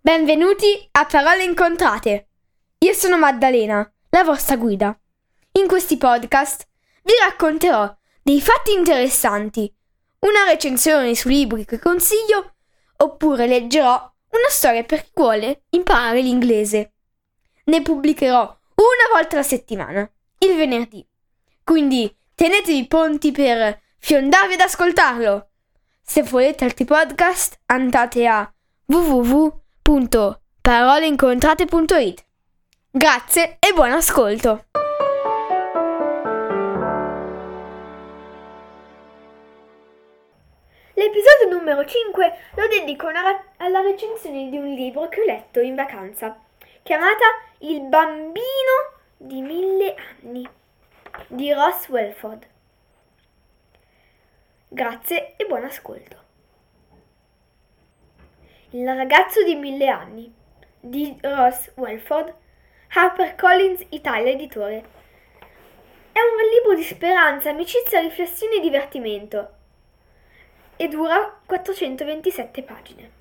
Benvenuti a Parole Incontrate. Io sono Maddalena, la vostra guida. In questi podcast vi racconterò dei fatti interessanti, una recensione su libri che consiglio, oppure leggerò una storia per chi vuole imparare l'inglese. Ne pubblicherò una volta alla settimana, il venerdì. Quindi tenetevi pronti per fiondarvi ad ascoltarlo. Se volete altri podcast, andate a www.paroleincontrate.it. Grazie e buon ascolto! L'episodio numero 5 lo dedico alla recensione di un libro che ho letto in vacanza, chiamata Il bambino di 1000 anni, di Ross Welford. Grazie e buon ascolto. Il ragazzo di 1000 anni, di Ross Welford, HarperCollins Italia Editore. È un libro di speranza, amicizia, riflessione e divertimento e dura 427 pagine.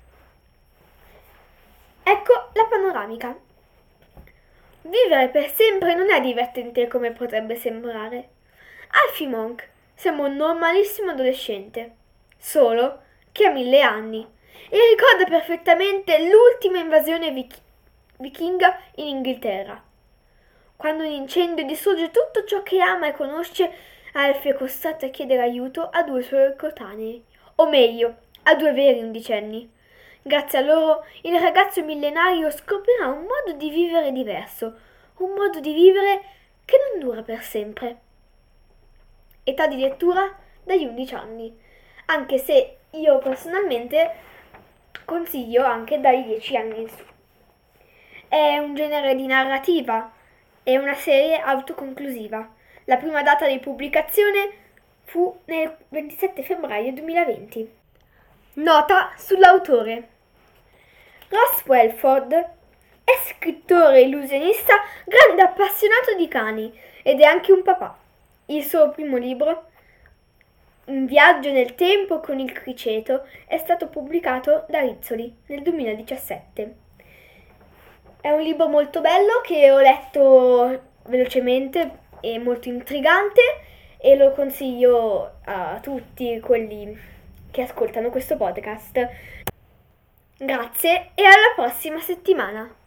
Ecco la panoramica. Vivere per sempre non è divertente come potrebbe sembrare. Alfie Monk sembra un normalissimo adolescente, solo che ha 1000 anni e ricorda perfettamente l'ultima invasione vichinga in Inghilterra. Quando un incendio distrugge tutto ciò che ama e conosce, Alfie è costretto a chiedere aiuto a due suoi coetanei, o meglio, a due veri undicenni. Grazie a loro, il ragazzo millenario scoprirà un modo di vivere diverso, un modo di vivere che non dura per sempre. Età di lettura dagli 11 anni, anche se io personalmente consiglio anche dai 10 anni in su. È un genere di narrativa, è una serie autoconclusiva. La prima data di pubblicazione fu nel 27 febbraio 2020. Nota sull'autore. Ross Welford è scrittore illusionista, grande appassionato di cani ed è anche un papà. Il suo primo libro, Un viaggio nel tempo con il criceto, è stato pubblicato da Rizzoli nel 2017. È un libro molto bello che ho letto velocemente e molto intrigante e lo consiglio a tutti quelli che ascoltano questo podcast. Grazie e alla prossima settimana!